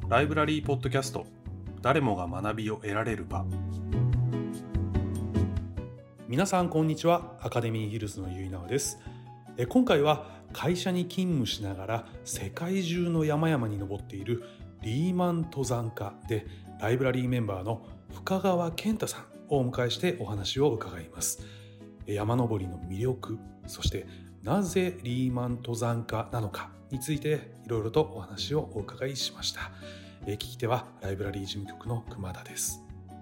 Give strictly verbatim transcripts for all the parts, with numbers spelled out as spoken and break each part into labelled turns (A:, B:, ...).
A: ライブラリーポッドキャスト、誰もが学びを得られる場。皆さんこんにちは。アカデミーヒルズの結直です。え今回は会社に勤務しながら世界中の山々に登っているリーマン登山家でライブラリーメンバーの深川健太さんをお迎えしてお話を伺います。山登りの魅力、そしてなぜリーマン登山家なのかについていろいろとお話をお伺いしました。聞き手はライブラリー事務局の熊田です。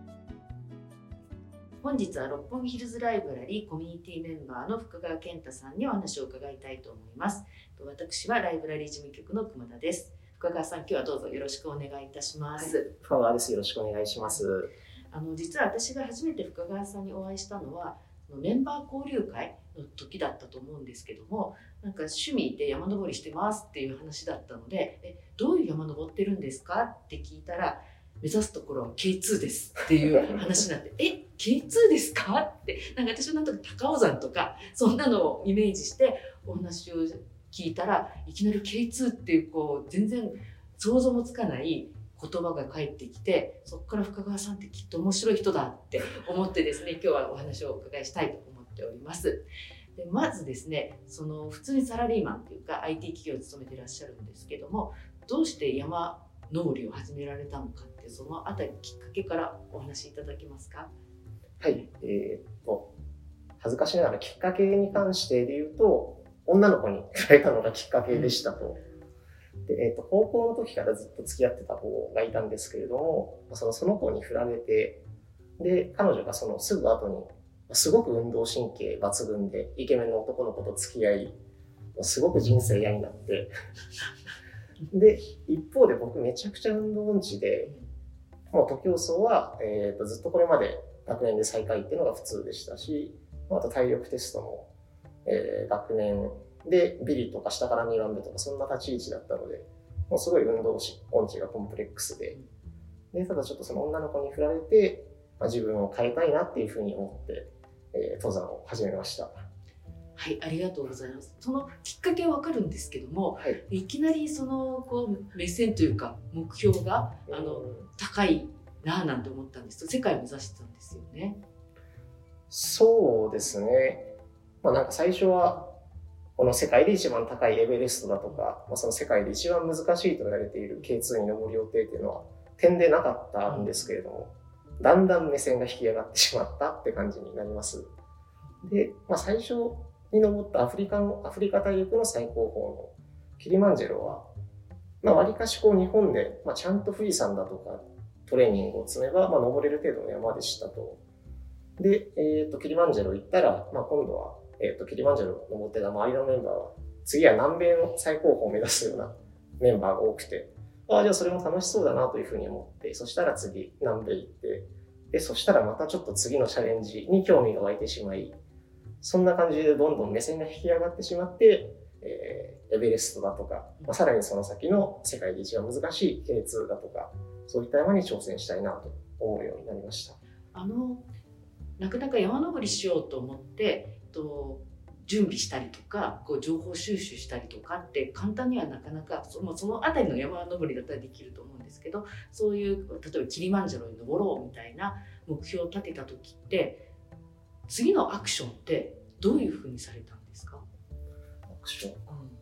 B: 本日は六本木ヒルズライブラリーコミュニティメンバーの深川健太さんにお話を伺いたいと思います。私はライブラリー事務局の熊田です。深川さん、今日はどうぞよろしくお願いいたします。
C: はい、深川です。よろしくお願いします。
B: あの実は私が初めて深川さんにお会いしたのはメンバー交流会の時だったと思うんですけども、なんか趣味で山登りしてますっていう話だったので、えどういう山登ってるんですかって聞いたら、目指すところは ケーツー ですっていう話になってえ ケーツー ですかって、なんか私はなんとか高尾山とかそんなのをイメージしてお話を聞いたら、いきなり ケーツー っていうこう全然想像もつかない言葉が返ってきて、そこから深川さんってきっと面白い人だって思ってですね、今日はお話をお伺いしたいと思っております。でまずですね、その普通にサラリーマンというか アイティー 企業に勤めていらっしゃるんですけども、どうして山登りを始められたのかって、そのあたりきっかけからお話しいただけますか？
C: はい、えー、っと恥ずかしながらきっかけに関してで言うと、女の子に振られたのがきっかけでしたと。でえー、っと高校の時からずっと付き合ってた子がいたんですけれども、そのその子に振られて、で彼女がそのすぐ後にすごく運動神経抜群でイケメンの男の子と付き合い、すごく人生嫌になってで一方で僕めちゃくちゃ運動音痴で、もう徒競走は、えー、とずっとこれまで学年で最下位っていうのが普通でしたし、あと体力テストも、えー、学年でビリとか下からにばんめとかそんな立ち位置だったので、もうすごい運動音痴がコンプレックスで、でただちょっとその女の子に振られて、まあ、自分を変えたいなっていうふうに思って、えー、登山を始めました。
B: はい、ありがとうございます。そのきっかけはわかるんですけども、
C: はい、
B: いきなりそのこう目線というか目標があの高いなぁなんて思ったんです。世界を目指してたんですよね。
C: そうですね。まあなんか最初はこの世界で一番高いエベレストだとか、まあ、その世界で一番難しいと言われている ケーツー に登る予定っていうのは点でなかったんですけれども、だんだん目線が引き上がってしまったって感じになります。で、まあ、最初に登ったアフリカのアフリカ大陸の最高峰のキリマンジェロは、まあ、割かしこう日本で、まあ、ちゃんと富士山だとかトレーニングを積めば、まあ、登れる程度の山でしたと。で、えー、とキリマンジェロ行ったら、まあ、今度は、えー、とキリマンジェロ登ってた周りのメンバーは次は南米の最高峰を目指すようなメンバーが多くて、ああじゃあそれも楽しそうだなというふうに思って、そしたら次南米行って、でそしたらまたちょっと次のチャレンジに興味が湧いてしまい、そんな感じでどんどん目線が引き上がってしまって、えー、エベレストだとか、まあ、さらにその先の世界で一番難しい ケーツー だとか、そういった山に挑戦したいなと思うようになりました。あの
B: なかなか山登りしようと思ってと準備したりとか、こう情報収集したりとかって簡単にはなかなか そ, そのあたりの山登りだったらできると思うんですけど、そういう例えばキリマンジャロに登ろうみたいな目標を立てた時って、次のアクションってどういうふうにされたんですか？
C: アクション、うん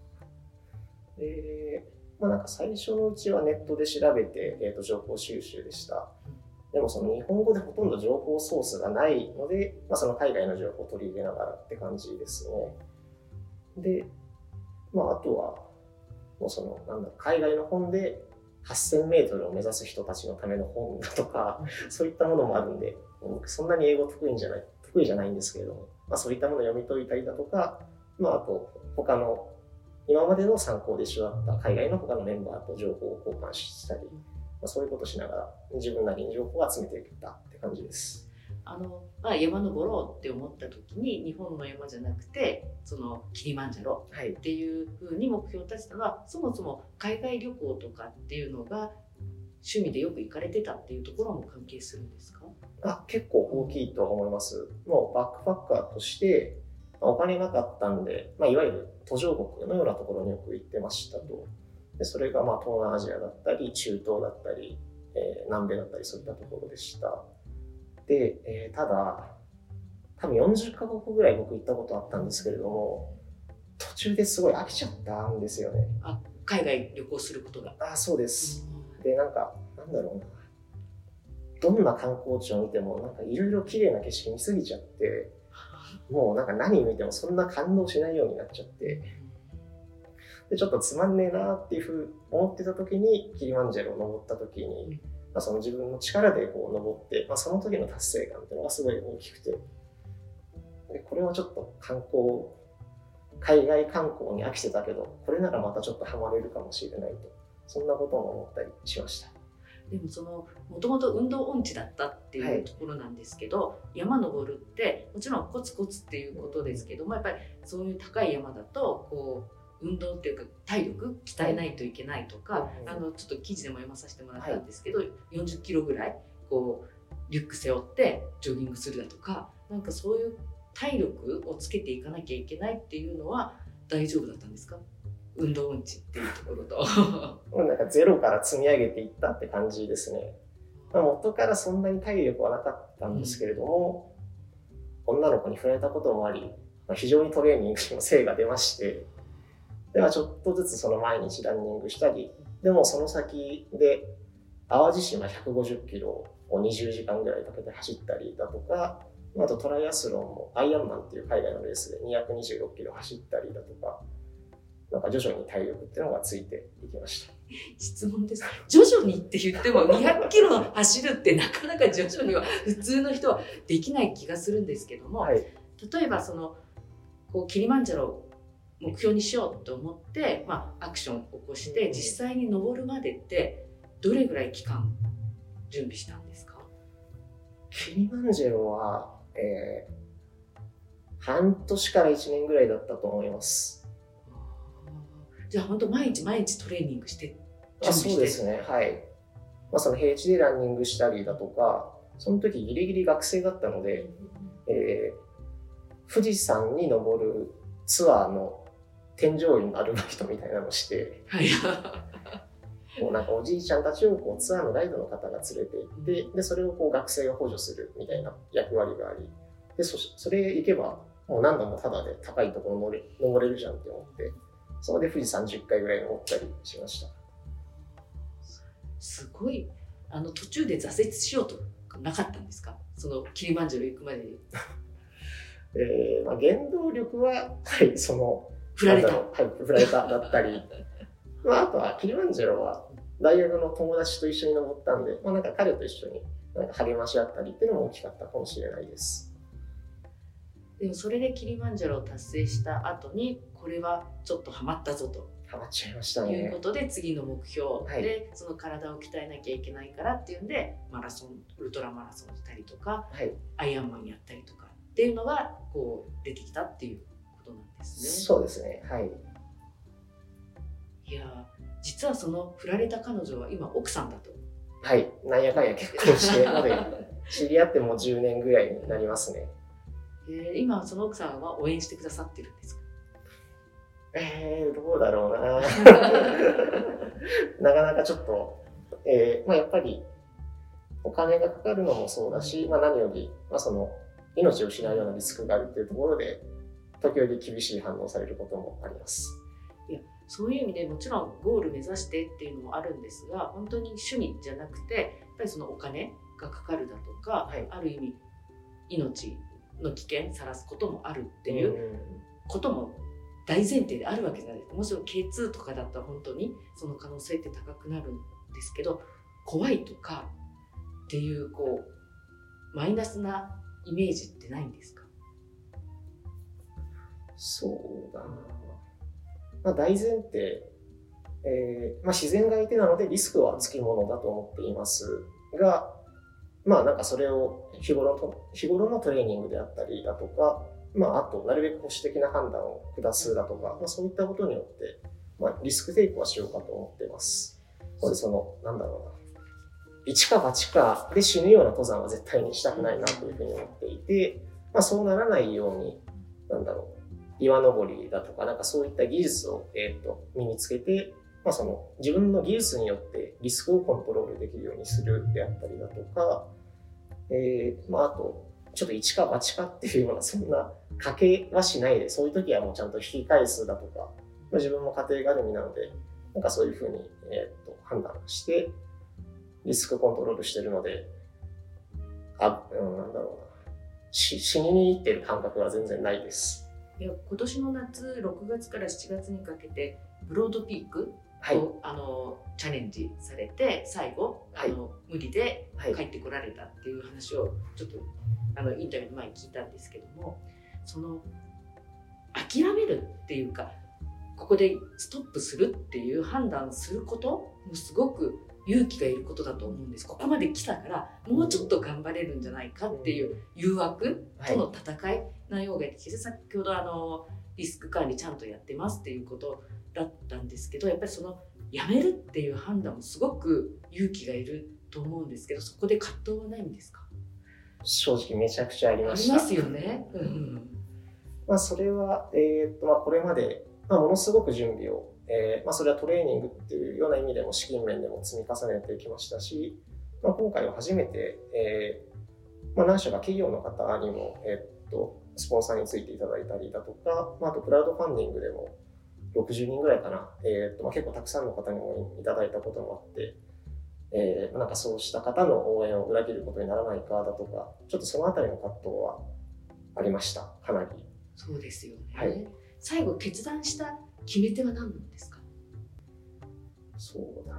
C: えーまあ、なんか最初のうちはネットで調べて、えー、と情報収集でした。でもその日本語でほとんど情報ソースがないので、まあ、その海外の情報を取り入れながらって感じですね。で、まあ、あとはもうそのなんだ海外の本ではっせんメートルを目指す人たちのための本だとか、そういったものもあるんで、僕そんなに英語得意じゃない得意じゃないんですけれども、まあ、そういったものを読み解いたりだとか、まあ、あと他の今までの参考で一緒だった海外の他のメンバーと情報を交換したり、まあ、そういうことをしながら自分なりに情報を集めていったって感じです。
B: あの、まあ、山登ろうって思った時に日本の山じゃなくてそのキリマンジャロっていうふうに目標を立てたのは、はい、そもそも海外旅行とかっていうのが趣味でよく行かれてたっていうところも関係するんですか？
C: あ、結構大きいと思います。もうバックパッカーとしてお金なかったんで、まあ、いわゆる途上国のようなところによく行ってましたと。 でそれがまあ東南アジアだったり中東だったり、えー、南米だったりそういったところでした。で、えー、ただ多分よんじゅっかこくぐらい僕行ったことあったんですけれども、途中ですごい飽きちゃったんですよね。
B: あ、海外旅行することが。
C: あ、そうです。で、なんかなんだろうな、どんな観光地を見てもなんかいろいろ綺麗な景色見すぎちゃって、もうなんか何見てもそんな感動しないようになっちゃって、でちょっとつまんねえなっていうふうに思ってた時にキリマンジャロを登った時に、まあ、その自分の力でこう登って、まあ、その時の達成感っていうのがすごい大きくて、でこれはちょっと観光海外観光に飽きてたけど、これならまたちょっとハマれるかもしれないと、そんなことも思ったりしました。
B: でもそのもともと運動音痴だったっていうところなんですけど、はい、山登るってもちろんコツコツっていうことですけども、やっぱりそういう高い山だとこう運動っていうか体力鍛えないといけないとか、はい、あのちょっと記事でも読まさせてもらったんですけど、はい、よんじゅっキロぐらいこうリュック背負ってジョギングするだとか、なんかそういう体力をつけていかなきゃいけないっていうのは大丈夫だったんですか？運動音痴っていうところと
C: なんかゼロから積み上げていったって感じですね。まあ、元からそんなに体力はなかったんですけれども、うん、女の子に振られたこともあり、まあ、非常にトレーニングにも精が出まして、ではちょっとずつその毎日ランニングしたり、でもその先で淡路島ひゃくごじゅっキロをにじゅうじかんぐらいかけて走ったりだとか、あとトライアスロンもアイアンマンっていう海外のレースでにひゃくにじゅうろっキロ走ったりだとか、なんか徐々に体力っていうのがついていきました。
B: 質問です。徐々にって言ってもにひゃくキロ走るってなかなか徐々には普通の人はできない気がするんですけども、はい、例えばそのこうキリマンジャロを目標にしようと思って、まあ、アクションを起こして実際に登るまでってどれぐらい期間準備したんですか？
C: キリマンジャロは、えー、半年からいちねんぐらいだったと思います。
B: じゃあ本当毎日毎日トレーニングして
C: 準備して。そうですね、はい。まあ、その平地でランニングしたりだとか、その時ギリギリ学生だったので、えー、富士山に登るツアーの添乗員のアルバイトみたいなのをして、はい、こうなんかおじいちゃんたちをこうツアーのガイドの方が連れて行って、でそれをこう学生が補助するみたいな役割があり、で そ, それ行けばもう何度もタダで高いところ登れ登れるじゃんって思って、そこで富士山じゅっかいぐらい登ったりしました。
B: すごい。あの途中で挫折しようとなかったんですか？そのキリマンジャロ行くまでに。
C: えーまあ、原動力は、はい、その
B: 振られた、
C: はい、振られただったり、まあ、あとはキリマンジャロは大学の友達と一緒に登ったんで、まあ、なんか彼と一緒になんか励まし合ったりっていうのも大きかったかもしれないです。
B: でもそれでキリマンジャロを達成した後に、これはちょっとハマったぞと
C: ハマっちゃいましたね。
B: いうことで次の目標で、
C: はい、
B: その体を鍛えなきゃいけないからっていうんでマラソン、ウルトラマラソンしたりとか、はい、アイアンマンやったりとかっていうのがこう出てきたっていうことなんですね。
C: そうですね、はい。
B: いや実はその振られた彼女は今奥さんだと。
C: はい、なんやかんや結婚してまで知り合ってもうじゅうねんぐらいになりますね。
B: えー、今その奥さんは応援してくださってるんですか？
C: えー、どうだろうななかなかちょっと、えーまあ、やっぱりお金がかかるのもそうだし、まあ、何より、まあ、その命を失うようなリスクがあるっていうところで時折厳しい反応されることもあります。
B: いや、そういう意味でもちろんゴール目指してっていうのもあるんですが、本当に趣味じゃなくてやっぱりそのお金がかかるだとか、はい、ある意味命の危険さらすこともあるっていうことも大前提であるわけじゃないですか。もちろん ケーツー とかだったら本当にその可能性って高くなるんですけど、怖いとかっていうこうマイナスなイメージってないんですか？
C: そうだな、まあ、大前提、えーまあ、自然が相手なのでリスクはつきものだと思っていますが、まあなんかそれを日頃と日頃のトレーニングであったりだとか、まあ、あとなるべく保守的な判断を下すだとか、まあ、そういったことによって、まあ、リスクテイクはしようかと思っています。これそのなんだろうな、一か八かで死ぬような登山は絶対にしたくないなというふうに思っていて、まあ、そうならないようになんだろう岩登りだとかなんかそういった技術を、えー、と身につけてまあ、その自分の技術によってリスクをコントロールできるようにするであったりだとか、えーまあ、あとちょっと一か八かっていうようなそんな賭けはしないで、そういう時はもうちゃんと引き返すだとか、まあ、自分も家庭がある身なのでなんかそういうふうに、えー、と判断してリスクコントロールしてるので、あ、うん、なんだろうな、し死にに行ってる感覚は全然ないです。
B: いや今年の夏ろくがつからしちがつにかけてブロードピークを、
C: はい、
B: あのチャレンジされて最後、はい、あの無理で帰ってこられたっていう話をちょっとあのインタビューの前に聞いたんですけども、その諦めるっていうかここでストップするっていう判断することもすごく勇気がいることだと思うんです。ここまで来たからもうちょっと頑張れるんじゃないかっていう誘惑との戦い内容ができて、先ほどあのリスク管理ちゃんとやってますっていうことだったんですけど、やっぱりそのやめるっていう判断もすごく勇気がいると思うんですけど、そこで葛藤はないんですか？
C: 正直めちゃくちゃありました。
B: ありますよね。うん、
C: まあそれは、えーっとまあ、これまで、まあ、ものすごく準備を、えーまあ、それはトレーニングっていうような意味でも資金面でも積み重ねてきましたし、まあ、今回は初めて、えーまあ、何社か企業の方にも、えーっとスポンサーについていただいたりだとか、まあ、あとクラウドファンディングでもろくじゅうにんぐらいかな、えーっとまあ、結構たくさんの方にもいただいたこともあって、えー、なんかそうした方の応援を裏切ることにならないかだとか、ちょっとそのあたりの葛藤はありました。かなり。
B: そうですよね、
C: はい、
B: 最後決断した決め手は何なんですか？
C: そうだ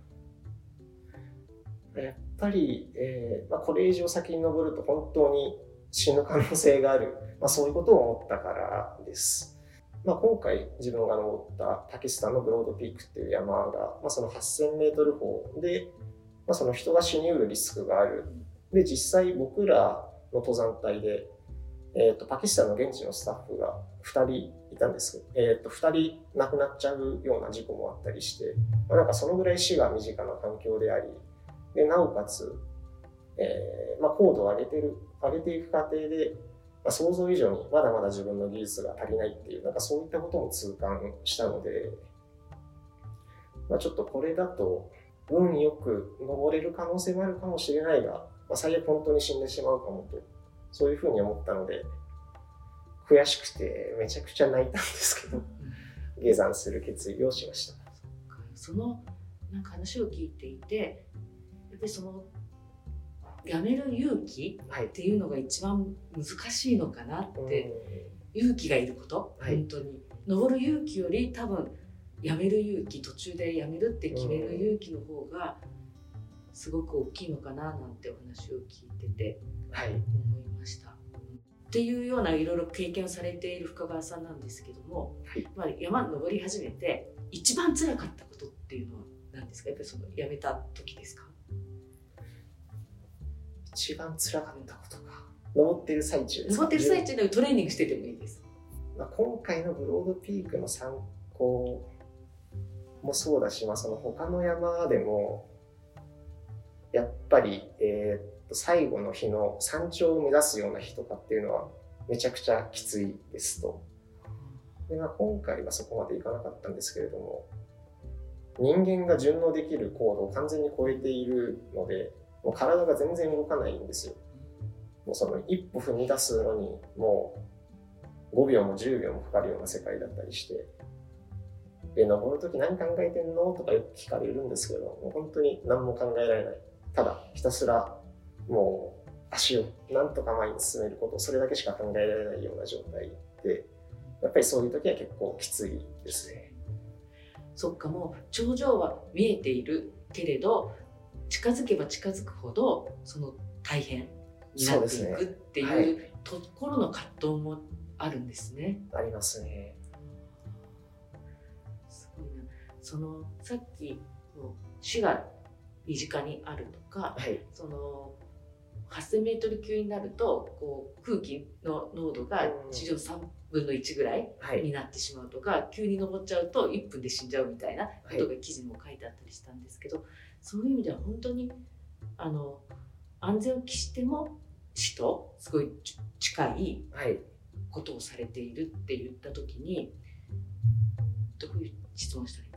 C: な、やっぱり、えーまあ、これ以上先に登ると本当に死ぬ可能性がある、まあ、そういうことを思ったからです。まあ、今回自分が登ったパキスタンのブロードピークっていう山が、まあ、そのはっせんメートル峰で、まあ、その人が死にうるリスクがある。で、実際僕らの登山隊で、えー、とパキスタンの現地のスタッフがふたりいたんですけど、えー、とふたり亡くなっちゃうような事故もあったりして、まあ、なんかそのぐらい死が身近な環境であり、でなおかつ、えーまあ、高度を上げてる上げていく過程で、まあ、想像以上にまだまだ自分の技術が足りないっていう、なんかそういったことも痛感したので、まあ、ちょっとこれだと運よく登れる可能性もあるかもしれないが、まあ、最悪本当に死んでしまうかもと、そういうふうに思ったので、悔しくてめちゃくちゃ泣いたんですけど、下山する決意をしました。
B: そのなんか話を聞いていて、やっぱりそのやめる勇気っていうのが一番難しいのかなって、はい、勇気がいること、はい、本当に登る勇気より多分やめる勇気、途中でやめるって決める勇気の方がすごく大きいのかななんてお話を聞いてて、はい、思いました。っていうようないろいろ経験をされている深川さんなんですけども、はい、まあ、山登り始めて一番辛かったことっていうのは何ですか？やっぱりそのやめた時ですか？
C: 一番辛かったことか。登ってる最中ですか？
B: 登ってる最中でトレーニングしててもいいです。
C: まあ、今回のブロードピークの参考もそうだし、まあ、その他の山でもやっぱり、えー最後の日の山頂を目指すような日とかっていうのはめちゃくちゃきついですと。で、まあ、今回はそこまでいかなかったんですけれども、人間が順応できる高度を完全に超えているので、もう体が全然動かないんですよ。もうその一歩踏み出すのにもうごびょうもじゅうびょうもかかるような世界だったりして、で登るとき何考えてんのとかよく聞かれるんですけど、もう本当に何も考えられない。ただひたすらもう足をなんとか前に進めること、それだけしか考えられないような状態で、やっぱりそういう時は結構きついですね。
B: そっか、もう頂上は見えているけれど近づけば近づくほどその大変になっていくっていうところの葛藤もあるんですね。
C: ありますね。
B: すごいな。そのさっきの死が身近にあるとか、はい、そのはっせんメートル級になるとこう空気の濃度が地上さんぶんのいちぐらいになってしまうとか、はい、急に登っちゃうといっぷんで死んじゃうみたいなことが記事にも書いてあったりしたんですけど、はい、そういう意味では本当にあの安全を期しても死とすごい近いことをされているって言った時に、どういう質問したらいいんだろ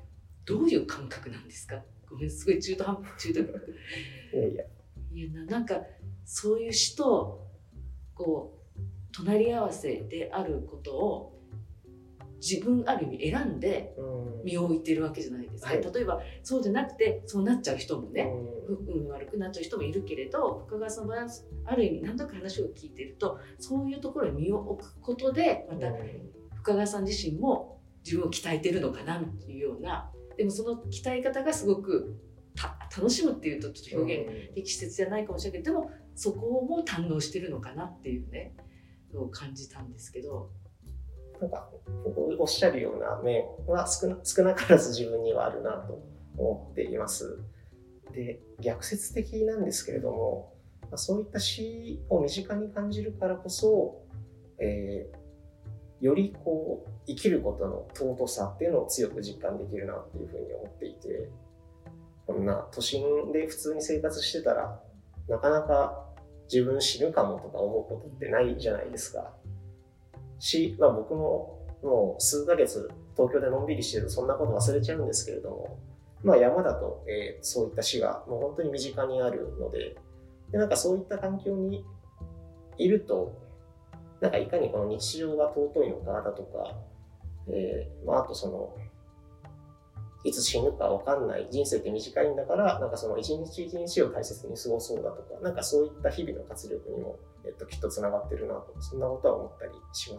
B: どういう感覚なんですか？ごめん、すごい中途半端、中途半端。
C: いやいや。
B: いやな、なんかそういう死とこう隣り合わせであることを自分ある意味選んで身を置いてるわけじゃないですか、
C: はい、
B: 例えばそうじゃなくてそうなっちゃう人もね、
C: うん、
B: 運悪くなっちゃう人もいるけれど、深川さんの場合はある意味何度か話を聞いていると、そういうところに身を置くことでまた深川さん自身も自分を鍛えてるのかなっていうような、でもその鍛え方がすごくた楽しむっていうとちょっと表現適切じゃないかもしれないけど、でもそこも堪能してるのかなっていうねのを感じたんですけど、
C: なんかおっしゃるような面は少な、少なからず自分にはあるなと思っています。で、逆説的なんですけれども、そういった死を身近に感じるからこそ、えー、よりこう生きることの尊さっていうのを強く実感できるなっていうふうに思っていて、こんな都心で普通に生活してたらなかなか自分死ぬかもとか思うことってないじゃないですか。し、まあ、僕ももう数ヶ月東京でのんびりしてるとそんなこと忘れちゃうんですけれども、まあ、山だと、えー、そういった死がもう本当に身近にあるので、でなんかそういった環境にいると、なんかいかにこの日常が尊いのかだとか、えーまあ、あとそのいつ死ぬか分かんない、人生って短いんだから、なんかその一日一日を大切に過ごそうだとか、なんかそういった日々の活力にも、えっと、きっとつながってるなと、そんなことは思ったりします。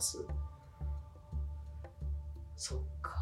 B: そっか。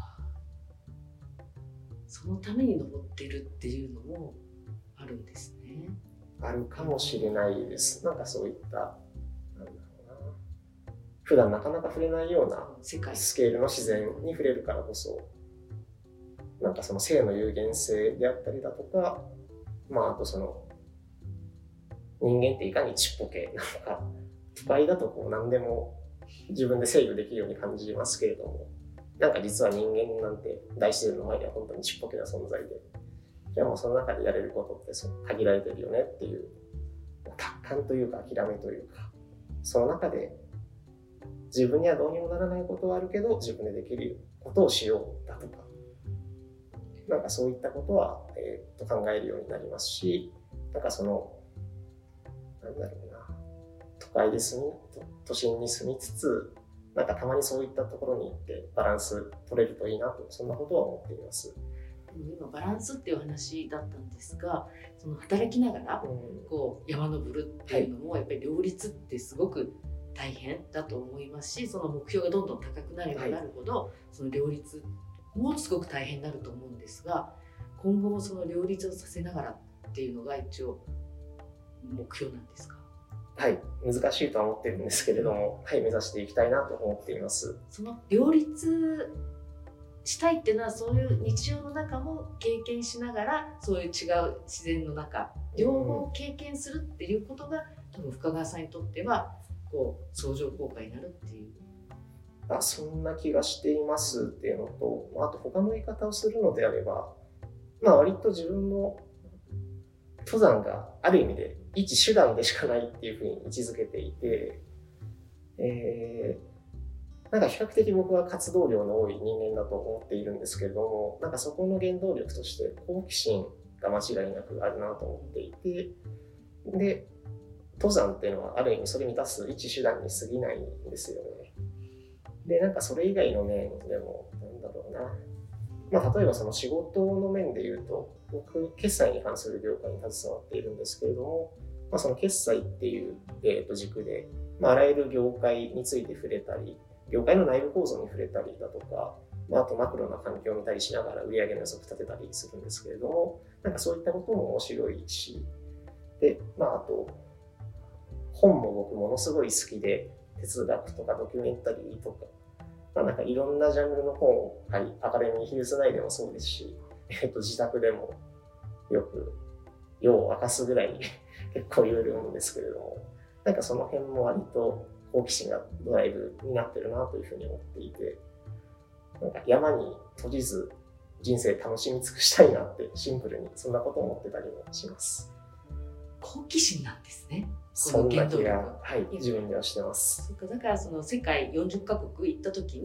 B: そのために登ってるっていうのもあるんですね。
C: あるかもしれないです。なんかそういった、なんだろうな、普段なかなか触れないような世界スケールの自然に触れるからこそ、なんかその生の有限性であったりだとか、まああとその人間っていかにちっぽけなのか、都会だとこう何でも自分で制御できるように感じますけれども、なんか実は人間なんて大自然の前では本当にちっぽけな存在で、じゃあもうその中でやれることってそう限られてるよねっていう達観というか諦めというか、その中で自分にはどうにもならないことはあるけど自分でできることをしようだとか、なんかそういったことは、えー、っと考えるようになりますし、なんかそのなんだろうな、都会で住み都心に住みつつ、なんかたまにそういったところに行ってバランス取れるといいなと、そんなことは思っています。
B: 今バランスっていう話だったんですが、その働きながらこう山登るっていうのもやっぱり両立ってすごく大変だと思いますし、その目標がどんどん高くなればなるほど、その両立もすごく大変になると思うんですが、今後もその両立をさせながらっていうのが一応目標なんですか？
C: はい、難しいとは思ってるんですけれども、はい、目指していきたいなと思っています。
B: その両立したいっていうのは、そういう日常の中も経験しながら、そういう違う自然の中両方経験するっていうことが、多分深川さんにとってはこう相乗効果になるっていう。
C: あ、そんな気がしていますっていうのと、あと他の言い方をするのであれば、まあ割と自分も登山がある意味で一手段でしかないっていうふうに位置づけていて、えー、なんか比較的僕は活動量の多い人間だと思っているんですけれども、なんかそこの原動力として好奇心が間違いなくあるなと思っていて、で、登山っていうのはある意味それに満たす一手段に過ぎないんですよね。で、なんかそれ以外の面でも、なんだろうな。まあ、例えばその仕事の面で言うと、僕、決済に関する業界に携わっているんですけれども、まあ、その決済っていう、えー、と軸で、まあ、あらゆる業界について触れたり、業界の内部構造に触れたりだとか、まあ、あとマクロな環境を見たりしながら売上の予測立てたりするんですけれども、なんかそういったことも面白いし、で、まあ、あと、本も僕ものすごい好きで、哲学とかドキュメンタリーとか、まあ、なんかいろんなジャンルの本を、はい、アカデミーヒルズ内でもそうですし、えっと、自宅でもよく夜を明かすぐらい結構いろいろ読むんですけれども、なんかその辺も割と好奇心がドライブになってるなというふうに思っていて、なんか山に閉じず人生楽しみ尽くしたいなってシンプルにそんなことを思ってたりもします。
B: 好奇心なんですね。
C: そんな気が、はい、自分ではしてます。
B: そうか、だからその世界よんじゅっかこく行った時に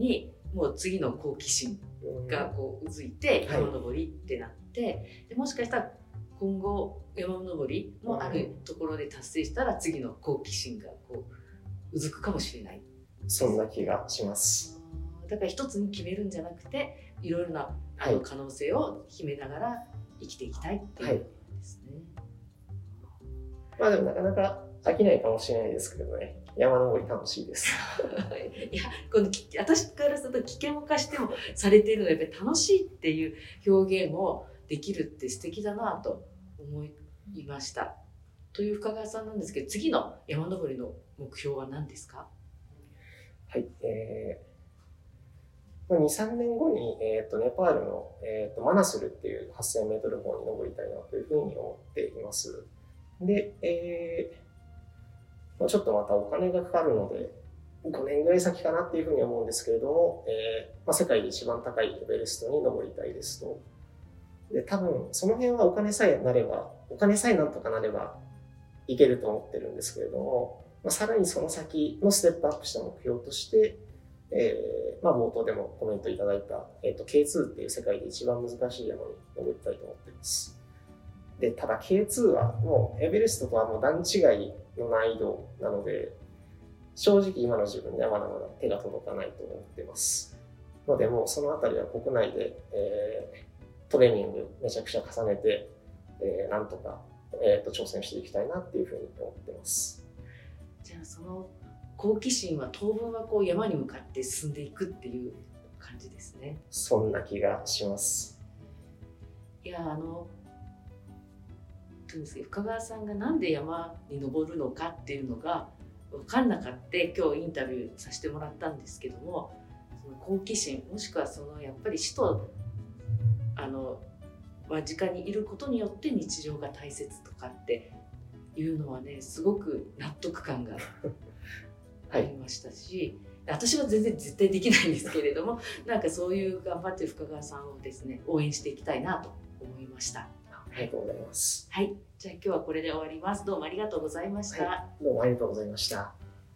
B: もう次の好奇心がこううずいて山登りってなって、でもしかしたら今後山登りもあるところで達成したら次の好奇心がこううずくかもしれない。
C: そんな気がします。
B: だから一つに決めるんじゃなくて、いろいろなあの可能性を秘めながら生きていきたいっていうことですね。
C: はい、まあでもなかなか飽きないかもしれないですけどね、山登り楽しいです。
B: いや、この私からすると危険を冒してもされているのはやっぱり楽しいっていう表現をできるって素敵だなと思いました。という深川さんなんですけど、次の山登りの目標は何ですか？
C: はい、えー、に、さんねんごに、えー、とネパールの、えー、とマナスルっていうはっせんメートル峰に登りたいなというふうに思っています。で、えーまあ、ちょっとまたお金がかかるのでごねんぐらい先かなっていうふうに思うんですけれども、えーまあ、世界で一番高いエベレストに登りたいですと。で、多分その辺はお金さえなれば、お金さえなんとかなればいけると思ってるんですけれども、まあ、さらにその先のステップアップした目標として、えーまあ、冒頭でもコメントいただいた、えー、と ケーツー っていう世界で一番難しい山に登りたいと思っています。で、ただ ケーツー はもうエベレストとはもう段違いの難易度なので、正直今の自分ではまだまだ手が届かないと思っています。ので、もうそのあたりは国内で、えー、トレーニングめちゃくちゃ重ねて、えー、なんとか、えー、と挑戦していきたいなっていうふうに思っています。
B: じゃあその好奇心は当分はこう山に向かって進んでいくっていう感じですね。
C: そんな気がします。
B: いや、あの深川さんがなんで山に登るのかっていうのが分かんなかった今日インタビューさせてもらったんですけども、その好奇心もしくはそのやっぱり死とあの間近にいることによって日常が大切とかっていうのはね、すごく納得感がありましたし、はい、私は全然絶対できないんですけれども、なんかそういう頑張ってる深川さんをですね応援していきたいなと思いました。
C: ありがとうございます。
B: はい、じゃあ今日はこれで終わります。どうもありがとうございました。
C: はい、どうもありがとうございました。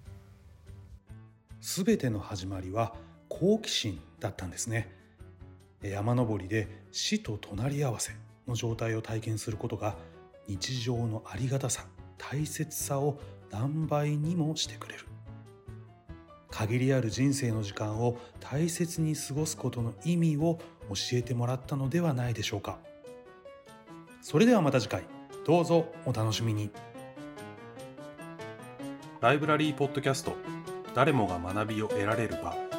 A: すべての始まりは好奇心だったんですね。山登りで死と隣り合わせの状態を体験することが日常のありがたさ、大切さを何倍にもしてくれる。限りある人生の時間を大切に過ごすことの意味を教えてもらったのではないでしょうか。それではまた次回、どうぞお楽しみに。ライブラリーポッドキャスト、誰もが学びを得られる場。